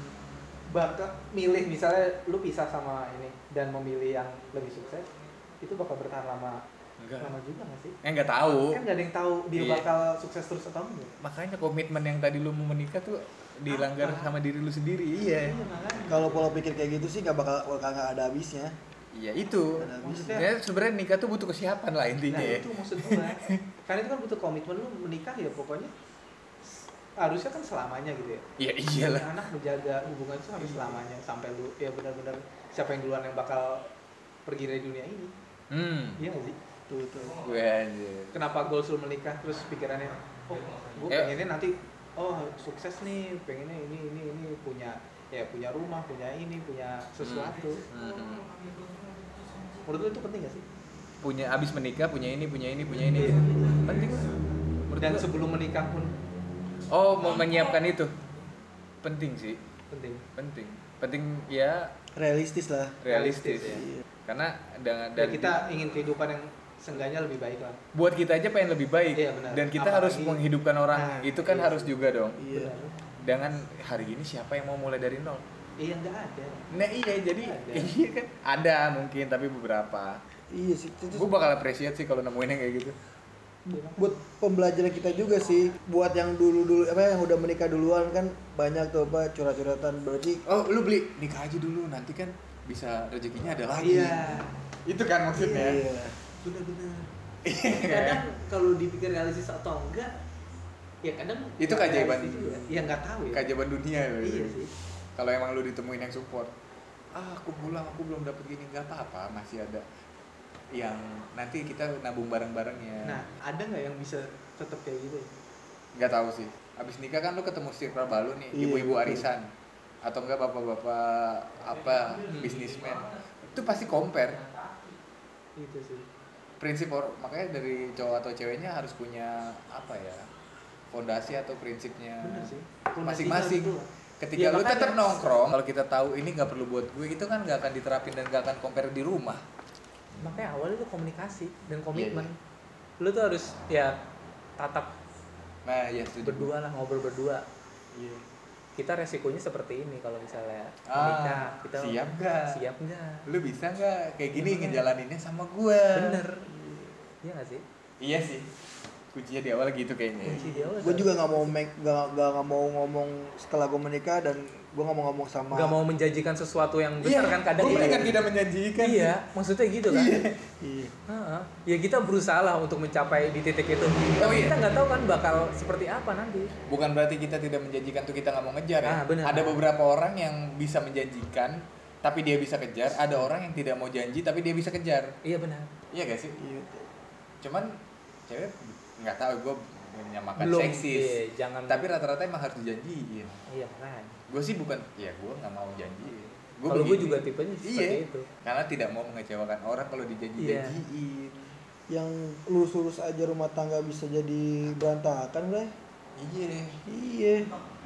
bakal milih misalnya lu pisah sama ini dan memilih yang lebih sukses, itu bakal bertahan lama Enggak. lama juga nggak sih? Eh nggak tahu. Kan nggak ada yang tahu dia Iya. bakal sukses terus atau enggak. Makanya komitmen yang tadi lu mau menikah tuh dilanggar Apa? sama diri lu sendiri. Iya. makanya. Kalau pola pikir kayak gitu sih nggak bakal bakal nggak ada habisnya. Iya itu. Ada habisnya. Maksudnya- Ya sebenarnya nikah tuh butuh kesiapan lah intinya Nah ya. itu maksud gua. Karena itu kan butuh komitmen lu menikah ya pokoknya harusnya kan selamanya gitu ya. Iya iyalah. Punya anak menjaga hubungan itu harus selamanya sampai lu ya benar-benar siapa yang duluan yang bakal pergi dari dunia ini. Hmm. Iya nggak sih? Tuh tuh. Gue anjir. Kenapa goals lu menikah terus pikirannya oh gue Eh. pengennya nanti oh sukses nih pengennya ini ini ini punya ya punya rumah punya ini punya sesuatu. Hmm. Menurut lu itu penting gak sih? Punya abis menikah punya ini punya ini punya ini. Iya. Penting lah. Menurut Dan gua. sebelum menikah pun Oh mau menyiapkan itu. Penting sih. penting. Penting. Penting ya Realistis lah. realistis. Realistis, ya. Iya. Karena dengan Dan kita ingin kehidupan yang seenggaknya lebih baik lah. buat kita aja pengen lebih baik. Iya, benar. Dan kita Apalagi- harus menghidupkan orang Nah, itu kan iya. harus juga dong. Iya. Dengan hari ini siapa yang mau mulai dari nol? Iya nggak ada. Nah iya jadi Ada. iya kan ada mungkin tapi beberapa. Iya sih. Itu Gue bakal appreciate sih kalau nemuin yang kayak gitu. buat pembelajaran kita juga sih. Buat yang dulu-dulu apa yang udah menikah duluan kan banyak tuh apa curhat-curhatan berarti Oh lu beli nikah aja dulu nanti kan bisa rezekinya ada lagi. Iya. Itu kan maksudnya. Iya. Benar-benar. Iya. Kadang kalau dipikir realistis atau enggak, ya kadang Itu nggak keajaiban. realistis juga. Ya nggak tahu ya. Keajaiban dunia loh. Iya itu. sih. Kalau emang lu ditemuin yang support, ah aku pulang aku belum dapet gini nggak apa-apa masih ada yang nanti kita nabung bareng-bareng ya. Nah, ada nggak yang bisa tetap kayak gitu? Nggak tahu sih. Abis nikah kan lu ketemu circle baru nih, Iya, ibu-ibu betul. arisan atau enggak bapak-bapak apa bisnismen. Itu pasti compare. Itu sih. Prinsip or, makanya dari cowok atau ceweknya harus punya apa ya? Fondasi atau prinsipnya Benar sih. masing-masing. Fondasinya harus ketika Iya, lu makanya. tetap nongkrong, kalau kita tahu ini nggak perlu buat gue, itu kan nggak akan diterapin dan nggak akan compare di rumah. Makanya awalnya tuh komunikasi dan komitmen. Iya, Lu tuh harus ya tatap Nah, ya setuju. berdua lah, ngobrol berdua. Iya. Kita resikonya seperti ini kalau misalnya Ah, menikah, kita siap nggak? Siap nggak? Lu bisa nggak kayak gini Bener. ngejalaninnya sama gue? Bener. Iya nggak sih? Iya sih. Kuncinya di awal gitu kayaknya. Kunci dia Gue juga nggak mau make nggak nggak nggak mau ngomong setelah gue menikah, dan gue nggak mau ngomong sama nggak mau menjanjikan sesuatu yang besar kan kadang gue ya. kan tidak menjanjikan. Iya, maksudnya gitu kan. Iya. Heeh. Ya kita berusaha lah untuk mencapai di titik itu. Tapi iya. kita nggak tahu kan bakal seperti apa nanti. Bukan berarti kita tidak menjanjikan tuh kita nggak mau ngejar ya. Ah, benar. Ada beberapa orang yang bisa menjanjikan tapi dia bisa kejar, ada orang yang tidak mau janji tapi dia bisa kejar. Iya benar. Iya gak sih? Iya. Cuman cewek nggak tahu, gue menyamakan Belum, seksis. iya, jangan. Tapi rata-rata emang harus dijanjiin. Iya makanya. Gue sih bukan, ya gue nggak mau janji. Kalau gue juga tipenya seperti iya, itu. karena tidak mau mengecewakan orang kalau dijanji-janjiin. Yang lurus-lurus aja rumah tangga bisa jadi berantakan, Bray. Iya. Iya.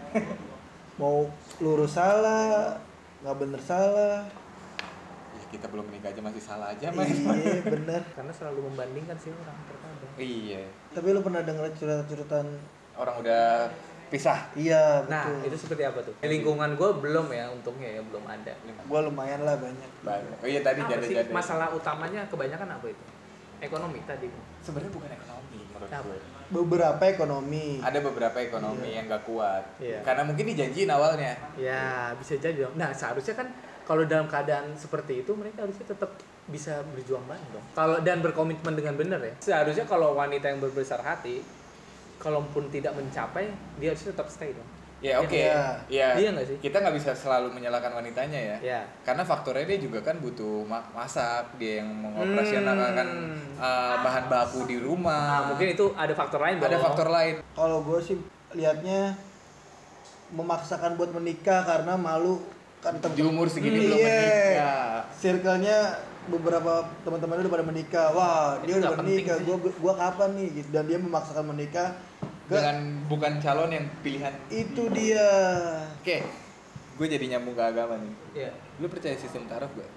Mau lurus salah, nggak bener salah. Ya, kita belum menikah aja masih salah aja, Mas. Iya, bener. Karena selalu membandingkan sih orang terkadang. Iya. Tapi lu pernah denger cerita-ceritaan? Orang udah pisah. Iya, Nah, betul. itu seperti apa tuh? Di lingkungan gue belum ya, untungnya ya belum ada. Gua lumayan lah banyak. Banyak. Oh iya tadi Apa sih jadi-jadi. masalah utamanya kebanyakan apa itu? Ekonomi tadi. Sebenarnya bukan ekonomi menurut Apa? gue. Beberapa ekonomi. Ada beberapa ekonomi Iya. yang gak kuat. Iya. Karena mungkin dijanjiin awalnya. Ya bisa jadi dong. Nah seharusnya kan kalau dalam keadaan seperti itu mereka harusnya tetap bisa berjuang bareng dong. Kalau dan berkomitmen dengan benar ya. Seharusnya kalau wanita yang berbesar hati, kalaupun tidak mencapai, dia harus tetap stay dong. Ya oke. Iya. Iya. Iya nggak sih? Kita nggak bisa selalu menyalahkan wanitanya ya. Ya. Karena faktornya dia juga kan butuh ma- masak, dia yang mengoperasionalkan Hmm. uh, bahan baku di rumah. Nah, mungkin itu ada faktor lain dong. ada faktor lain. Kalau gue sih liatnya memaksakan buat menikah karena malu kan tem- Di umur segini Iya. belum menikah. Circle-nya beberapa teman-teman udah pada menikah. Wah, Itu dia udah nggak penting menikah. sih. Gua gua kapan nih gitu. Dan dia memaksakan menikah ke Dengan bukan calon yang pilihan. itu dia. Oke. Gue jadi nyambung ke agama nih. Iya. Lu percaya sistem taruh gak?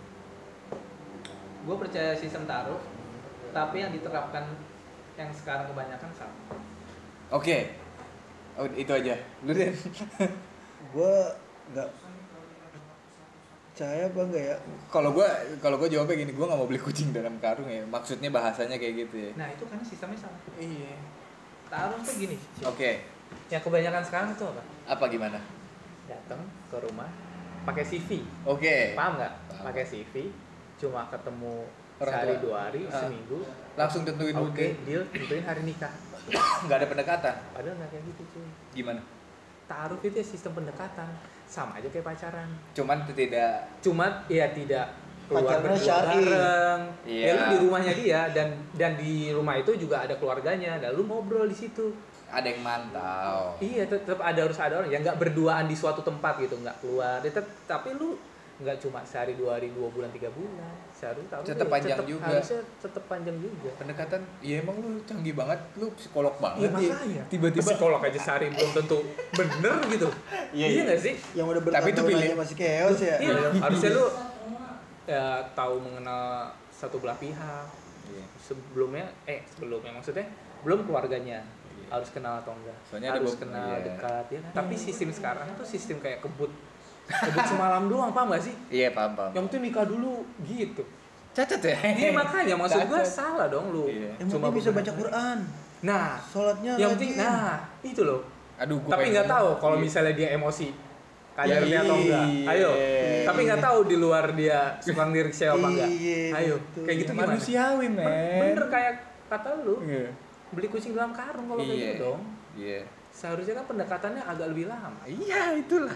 Gue percaya sistem taruh, tapi yang diterapkan yang sekarang kebanyakan sama. Oke. Oh, itu aja. Lu deh. Gua nggak percaya apa enggak ya? Kalau gua kalau gua jawabnya gini, gua nggak mau beli kucing dalam karung ya. Maksudnya bahasanya kayak gitu ya. Nah itu karena sistemnya sama. Iya. Taruh tuh gini. Oke. Yang kebanyakan sekarang itu apa? Apa gimana? Datang ke rumah, pakai C V. Oke. Paham nggak? Paham. Pakai C V, cuma ketemu Orang sehari tua. dua hari, Ah. seminggu. Langsung tentuin Oke, udah. deal, tentuin hari nikah. Nggak ada pendekatan. Padahal nggak kayak gitu cuy. Gimana? Taruh itu ya sistem pendekatan, sama aja kayak pacaran. Cuman itu tidak. Cuma ya tidak keluar Pacarnya berdua syar'i. bareng. Iya. Ya lu di rumahnya dia dan dan di rumah itu juga ada keluarganya. Dan lu ngobrol di situ. Ada yang mantau. Iya, tetap ada harus ada orang yang nggak berduaan di suatu tempat gitu, nggak keluar. Tetap, tapi lu nggak cuma sehari dua hari dua bulan tiga bulan, sehari tahu Tetap panjang juga. Harusnya tetap panjang juga. Pendekatan, ya emang lu canggih banget, lu psikolog Iya banget. makanya. Tiba-tiba psikolog aja sehari belum tentu bener gitu. Iya, Iya iya. nggak sih? Yang udah Tapi itu bertahun-tahun pilih. aja masih chaos ya. Iya. Harusnya lu ya tahu mengenal satu belah pihak. Iya. Sebelumnya, eh sebelumnya maksudnya belum keluarganya. Harus kenal atau enggak? Soalnya ada harus be- kenal iya. dekat ya kan? Tapi sistem sekarang itu sistem kayak kebut kebut semalam doang, paham gak sih? Iya, paham, paham. Yang penting nikah dulu gitu. Cacat ya? Iya makanya maksud gue Cacat. salah dong lu. Iya. Yang penting bisa bener. baca Quran. Nah, Sholatnya yang penting rajin. nah itu loh. Aduh, gua Tapi pengen nggak tahu ngomong. kalau Iya. misalnya dia emosi kadarnya Iya. atau enggak. Ayo. Iya. Tapi nggak tahu di luar dia suka ngelirik saya apa enggak. Iya, Ayo. betul. Kayak gitu gimana? Manusiawi, men. Bener kayak kata lu. Iya. Beli kucing dalam karung kalau kayak Iya. gitu dong. Iya. Seharusnya kan pendekatannya agak lebih lama. Iya, itulah.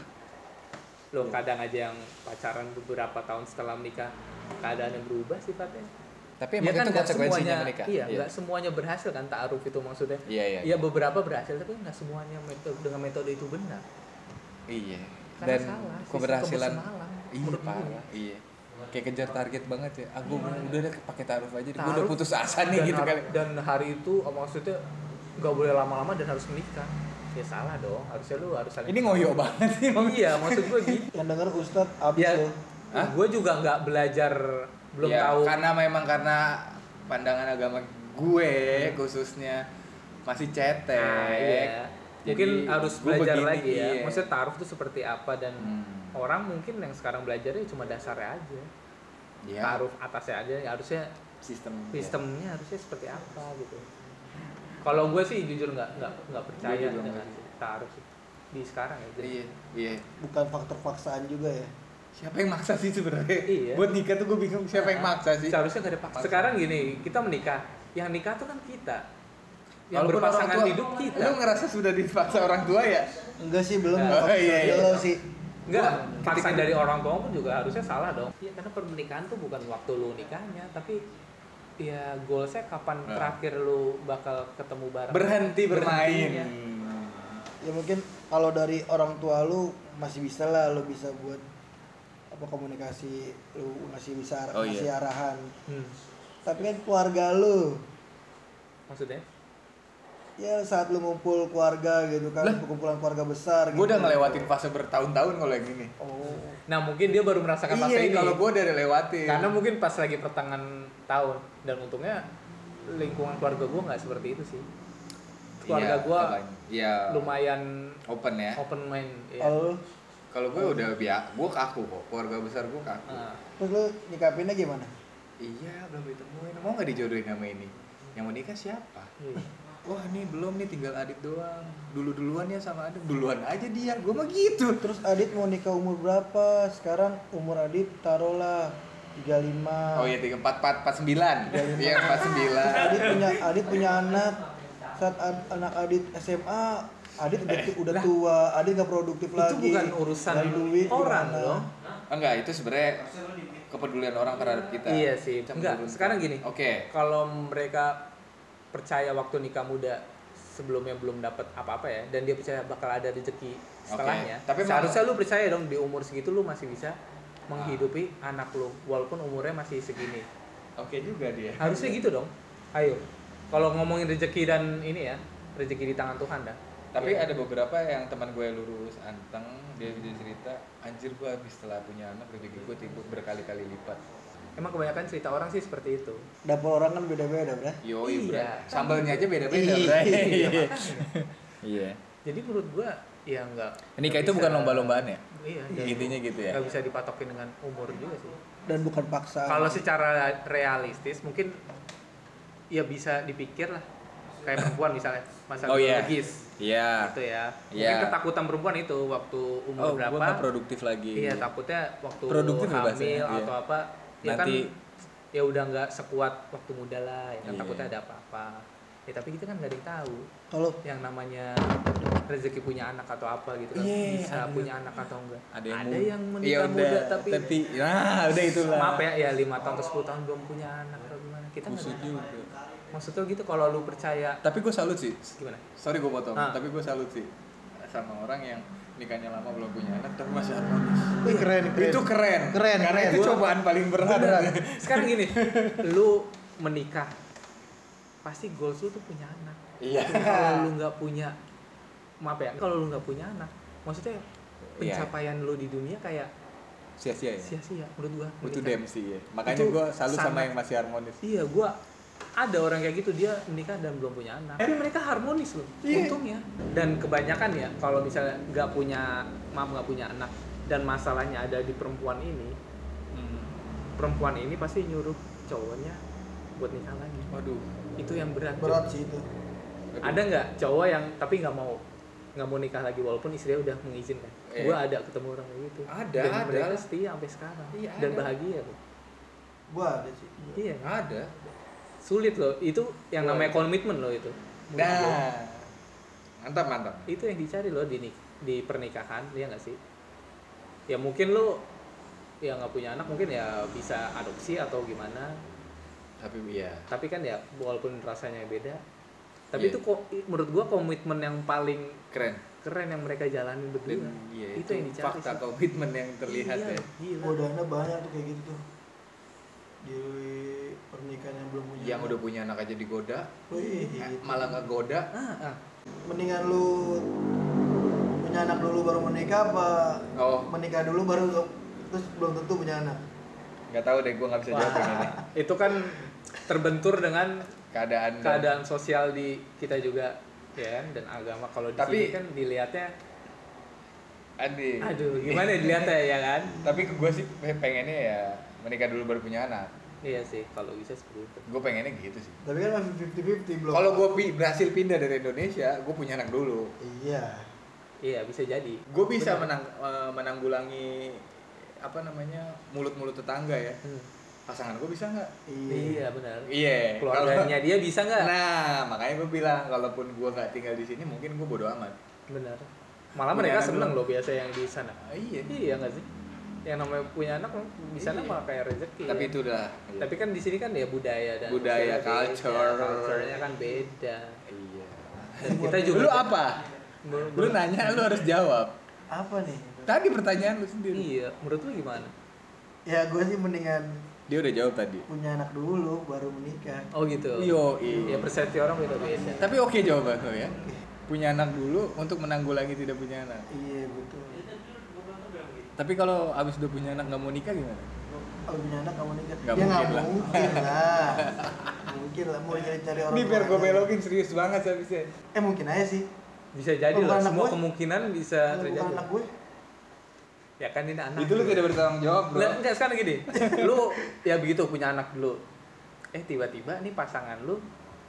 Loh kadang aja yang pacaran beberapa tahun setelah menikah keadaannya berubah sifatnya. Tapi Ya emang kan itu nggak konsekuensinya semuanya, menikah. iya, nggak semuanya berhasil kan ta'aruf itu maksudnya. Iya, iya. Iya beberapa berhasil tapi nggak semuanya metode dengan metode itu benar. Iya. Karena Dan salah, sistem keberhasilan kebun semalam, iya menurut gue. parah. Iya. Kayak kejar target banget ya. Aku udah deh pakai taruh aja. Gue udah Taruh, putus asa nih dan gitu har- kali. Dan hari itu oh, maksudnya nggak boleh lama-lama dan harus menikah. ya salah dong. Harusnya lu harus saling. Ini ngoyo banget sih. Iya, maksud gue gitu. Yang denger Ustadz abis Ya, ya. Hah? gue juga nggak belajar, belum Ya, tahu. karena memang karena pandangan agama gue khususnya masih cetek. Nah, iya. Mungkin Jadi, harus gue belajar begini, lagi ya. iya. Maksudnya taruh tuh seperti apa dan Hmm. orang mungkin yang sekarang belajarnya cuma dasarnya aja. Iya. Taruh atasnya aja, ya harusnya Sistem. sistemnya harusnya seperti apa gitu. Kalau gue sih jujur nggak nggak nggak percaya Gue juga dengan nggak. taruh sih di sekarang ya. Jadi, Iya, iya. Bukan faktor paksaan juga ya. Siapa yang maksa sih sebenarnya? Iya. Buat nikah tuh gue bingung siapa yang maksa sih? Seharusnya nggak ada paksa. Sekarang gini, kita menikah, yang nikah tuh kan kita, yang Walaupun berpasangan orang tua- hidup kita. Lu ngerasa sudah dipaksa orang tua ya? Enggak sih, belum. Oh, iya, iya. Belum sih. Enggak, Gua- paksaan ketika- dari orang tua pun juga harusnya salah dong. Iya, karena pernikahan tuh bukan waktu lu nikahnya, tapi ya goalsnya kapan Nah. terakhir lu bakal ketemu bareng. Berhenti bermain. Berhentinya. Ya mungkin kalau dari orang tua lu masih bisa lah, lu bisa buat apa komunikasi, lu masih bisa Oh, ngasih iya. arahan. Hmm. Tapi kan keluarga lu, Maksudnya? ya saat lu ngumpul keluarga gitu kan, Lah. perkumpulan keluarga besar. Gue udah gitu. ngelewatin fase bertahun-tahun kalau yang ini. Oh, Nah, mungkin dia baru merasakan fase Iya, ini. kalau gue udah lewatin. Karena mungkin pas lagi pertengahan tahun, dan untungnya lingkungan keluarga gue nggak seperti itu sih. Keluarga Iya, gue kebanyakan. Iya. lumayan Open ya. open mind. Ya. kalau lu, Kalau gue udah biak, gue kaku kok. Keluarga besar gue kaku. Nah, terus lu nyikapinnya gimana? Iya, belum ditemuin. Mau nggak dijodohin sama ini? Yang mau nikah siapa? iya. Wah, ini belum nih, tinggal Adit doang. Dulu-duluan ya sama Adit. Duluan aja dia. Gue mah gitu. Terus Adit mau nikah umur berapa? Sekarang umur Adit taruhlah tiga puluh lima. Oh iya, tiga empat empat empat sembilan. Iya, empat sembilan. Adit punya Adit punya anak. Saat ad- anak Adit S M A, Adit udah, udah tua, Adit gak produktif Itu lagi. bukan urusan Dari duit orang gimana? loh. Enggak, itu sebenarnya kepedulian orang terhadap kita. Iya sih. Bisa Enggak, menurunkan. sekarang gini. Oke. Kalau mereka percaya waktu nikah muda sebelumnya belum dapat apa-apa ya, dan dia percaya bakal ada rezeki setelahnya. Tapi seharusnya lu percaya dong di umur segitu lu masih bisa menghidupi anak lu walaupun umurnya masih segini. Oke juga dia. Harusnya gitu dong. Ayo. Kalau ngomongin rezeki dan ini ya, rezeki di tangan Tuhan dah. Tapi Iya. ada beberapa yang teman gue lurus anteng, dia dia cerita, anjir gue habis setelah punya anak rezeki gue tiba berkali-kali lipat. Emang kebanyakan cerita orang sih seperti itu. Dapur orang kan beda-beda, Bro. Yoi, Iya. bro. Sambalnya aja beda-beda, Iya. bro. Iya, makanya. Iya. Jadi menurut gua ya enggak. Nikah itu bukan lomba-lombaan ya? Iya. dan Intinya gitu ya. Nggak bisa dipatokin dengan umur juga sih. Dan bukan paksaan. Kalau secara realistis mungkin ya bisa dipikir lah. Kayak perempuan misalnya masa Oh, iya. biologis Iya. gitu ya. Iya. Mungkin ketakutan perempuan itu waktu umur Oh, gue berapa? nggak produktif lagi. Iya, takutnya waktu Produktif ya hamil bahasanya, iya. atau apa. Ya Nanti- kan ya udah nggak sekuat waktu muda lah, ya kan Iya. takutnya ada apa-apa. Ya tapi kita kan nggak ada yang tahu Kalau yang namanya rezeki punya anak atau apa gitu kan, Iya, bisa ada. punya anak atau enggak. Ada yang, ada mu- yang Iya, menikah udah, muda tapi, nah udah itulah. maaf ya, ya lima tahun atau sepuluh tahun belum punya anak atau gimana. Kita nggak Kusut ada. juga. Maksudnya gitu kalau lu percaya Tapi gue salut sih. gimana? Sorry gue potong. Ah. Tapi gue salut sih sama orang yang nikahnya lama belum punya anak tapi masih harmonis. Wih, keren, keren. Itu keren. Keren, Karena keren. itu Gua- cobaan paling berat. Sekarang gini, lu menikah pasti goals lu tuh punya anak. Iya. Kalau lu nggak punya, maaf ya, kalau lu nggak punya anak, maksudnya Iya. pencapaian lu di dunia kayak Sia-sia ya. sia-sia menurut gua. Itu menikah. dempsey ya. Makanya Itu gue salut sama sangat- yang masih harmonis. Iya, gua ada orang kayak gitu, dia menikah dan belum punya anak. Tapi mereka harmonis loh, Iya. untungnya. Dan kebanyakan ya, kalau misalnya nggak punya, maaf nggak punya anak, dan masalahnya ada di perempuan ini, Hmm. perempuan ini pasti nyuruh cowoknya buat nikah lagi. Waduh. Itu yang berat. berat tuh. sih itu. Ada nggak cowok yang tapi nggak mau nggak mau nikah lagi walaupun istrinya udah mengizinkan? Eh. Gua ada ketemu orang kayak gitu. Ada, dan ada. mereka setia sampai sekarang Iya, dan ada. bahagia tuh. Gua ada sih. Iya. Ada. Sulit loh. Itu yang Wah. namanya komitmen loh itu. Menurut gua. Nah. Mantap, mantap. Itu yang dicari loh di nik- di pernikahan, ya nggak sih? Ya mungkin lo ya nggak punya anak mungkin ya bisa adopsi atau gimana. Tapi iya. Tapi kan ya walaupun rasanya beda. Tapi Iya. itu kok menurut gua komitmen yang paling Keren. keren yang mereka jalanin berdua. Dan iya, itu, itu, yang dicari fakta sih. komitmen yang terlihat Iya, ya. gila. Godanya banyak tuh kayak gitu tuh. Di pernikahan yang belum punya. Yang anak. udah punya anak aja digoda, Wih, eh, gitu. malah nggak goda. Ah, ah. Mendingan lu punya anak dulu baru menikah apa Oh. menikah dulu baru terus belum tentu punya anak? Nggak tahu deh, gue nggak bisa jawab yang ini. Itu kan terbentur dengan Keadaan. dan- keadaan sosial di kita juga ya kan, dan agama. Kalau di Tapi- sini kan dilihatnya Adi. aduh gimana ya dilihatnya ya kan. Tapi gue sih pengennya ya menikah dulu baru punya anak. Iya sih kalau bisa seperti itu. Gue pengennya gitu sih. Tapi kan masih fifty fifty belum. Kalau gue berhasil pindah dari Indonesia, gue punya anak dulu. Iya. Iya bisa jadi. Gue bisa Benar. menang, eh, menanggulangi apa namanya mulut-mulut tetangga ya. Hmm. Pasangan gue bisa nggak? Iya benar. Iya. Keluarganya dia bisa nggak? Nah, makanya gue bilang kalaupun gue nggak tinggal di sini, mungkin gue bodo amat. Benar. Malah Punya mereka anak seneng dulu. loh biasa yang di sana. Ah, iya. Iya nggak sih? Yang namanya punya anak di sana Iya. malah kayak rezeki. Tapi ya. itu udah. iya. Tapi kan di sini kan ya budaya dan Budaya, sosialnya beda, culture. culture-nya kan beda. Iya. Dan kita juga Lu apa? Menur- Lu nanya, lu harus jawab. Apa nih? Tadi pertanyaan lu sendiri. Iya, menurut lu gimana? Ya gue sih mendingan Dia udah jawab tadi. punya anak dulu baru menikah. Oh gitu. Yo, Ya persepsi orang beda-beda. Tapi oke jawaban lu ya. Punya anak dulu untuk menanggulangi tidak punya anak. Iya betul. Tapi kalau abis udah punya anak nggak mau nikah gimana? Kalau punya anak kamu nikah? Nggak ya nggak mungkin lah. mungkin lah. Mungkin lah mau cari-cari orang. Ini biar tua gue aja. belokin serius banget habisnya. Eh mungkin aja sih. Bisa jadi Bukan lah, anak semua gue. kemungkinan bisa Kalau terjadi. bukan anak gue. Ya kan ini anak. Itu lu tidak bertanggung jawab, bro. Nggak, enggak sekarang gini. Lu ya begitu punya anak dulu. Eh tiba-tiba nih pasangan lu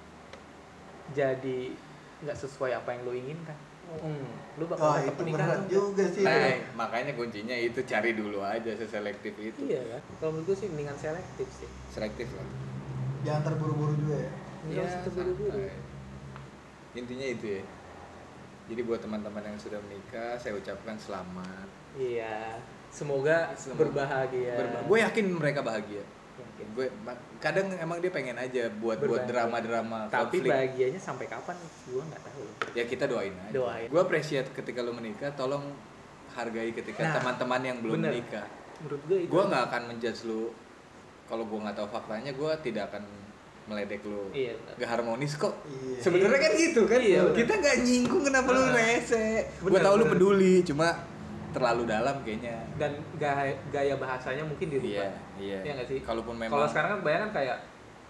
jadi nggak sesuai apa yang lu inginkan. Hmm, lu bakal Wah tetap itu menikah berat atau juga sih. Nah, makanya kuncinya itu cari dulu aja seselektif itu. Iya kan? Kalau menurut gue sih mendingan selektif sih. Selektif lah. Jangan terburu-buru juga ya. Nggak usah terburu-buru. santai. Intinya itu ya. Jadi buat teman-teman yang sudah menikah, saya ucapkan selamat. Iya. Semoga, Semoga berbahagia. Berba- gue yakin mereka bahagia. Yakin. Gue kadang emang dia pengen aja buat buat Berbahagia. drama-drama Tapi konflik. bahagianya sampai kapan? Gue nggak tahu. Ya kita doain aja. Doain. Gue appreciate ketika lo menikah, tolong hargai ketika Nah, teman-teman yang belum bener. menikah. Menurut gue itu. Gue nggak akan menjudge lu kalau gue nggak tahu faktanya, gue tidak akan meledek lu. Iya. benar. Gak harmonis kok. Iya. Sebenarnya kan gitu kan. Iya, bener. Kita nggak nyinggung kenapa lu Ah. rese. Gue Bener, tahu lu bener. peduli, cuma terlalu dalam kayaknya. Dan gaya, gaya bahasanya mungkin dirubah. Iya, iya. Iya nggak sih? Kalaupun memang. Kalau sekarang kan bayangan kayak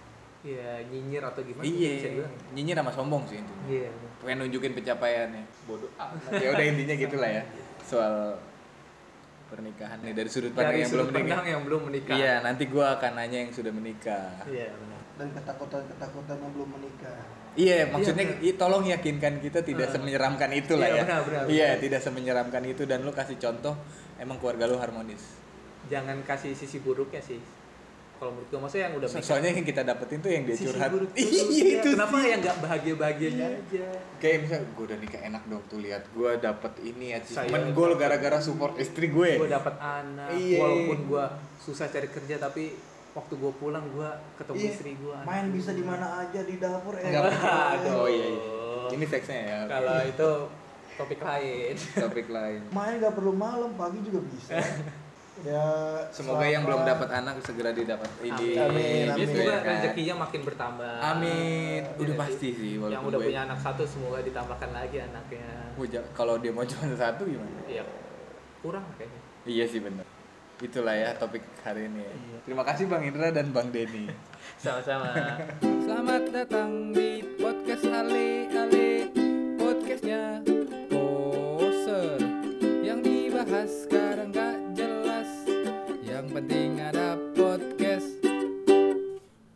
ya nyinyir atau gimana? Iya, Bisa dibilang. nyinyir sama sombong sih intinya. Iya. Pengen nunjukin pencapaiannya. Bodoh. Ya udah intinya gitulah ya. Soal pernikahan nih dari sudut pandang Dari yang sudut belum menikah. pandang yang belum menikah. Iya, nanti gua akan nanya yang sudah menikah. Iya benar. Dan ketakutan-ketakutan yang belum menikah. Iya, maksudnya benar. i- tolong yakinkan kita tidak Ah. semenyeramkan itu lah Iya, ya. benar, benar, Iya, benar. tidak semenyeramkan itu dan lu kasih contoh emang keluarga lu harmonis. Jangan kasih sisi buruknya sih. Kalau menurut gue maksudnya yang udah So- menikah. soalnya yang kita dapetin tuh yang dia Sisi curhat. buruk Iya, itu Kenapa sih. yang nggak bahagia-bahagianya aja? Kayak misal gue udah nikah enak dong tuh lihat gue dapet ini achievement Saya goal dapet- gara-gara support istri gue. Gue dapat anak, Iya. walaupun gue susah cari kerja tapi waktu gue pulang gue ketemu Iya. istri gue. Main bisa di mana aja di dapur ya. Enggak Aduh. Oh iya, iya. Ini seksnya ya. Kalau itu topik lain. Topik lain. Main nggak perlu malam, pagi juga bisa. Ya. Semoga yang belum selamat. dapat anak segera didapat ini. Amin, amin. Gitu Semoga ya kan. rezekinya makin bertambah. Amin. Udah Iya, pasti sih Yang walaupun udah gue- punya anak satu semoga ditambahkan lagi anaknya. Gua ja- kalau dia mau cuma satu gimana? Iya. Kurang kayaknya. Iya sih benar. Itulah ya topik hari ini. Iya. Terima kasih Bang Indra dan Bang Denny. Sama-sama. Selamat datang di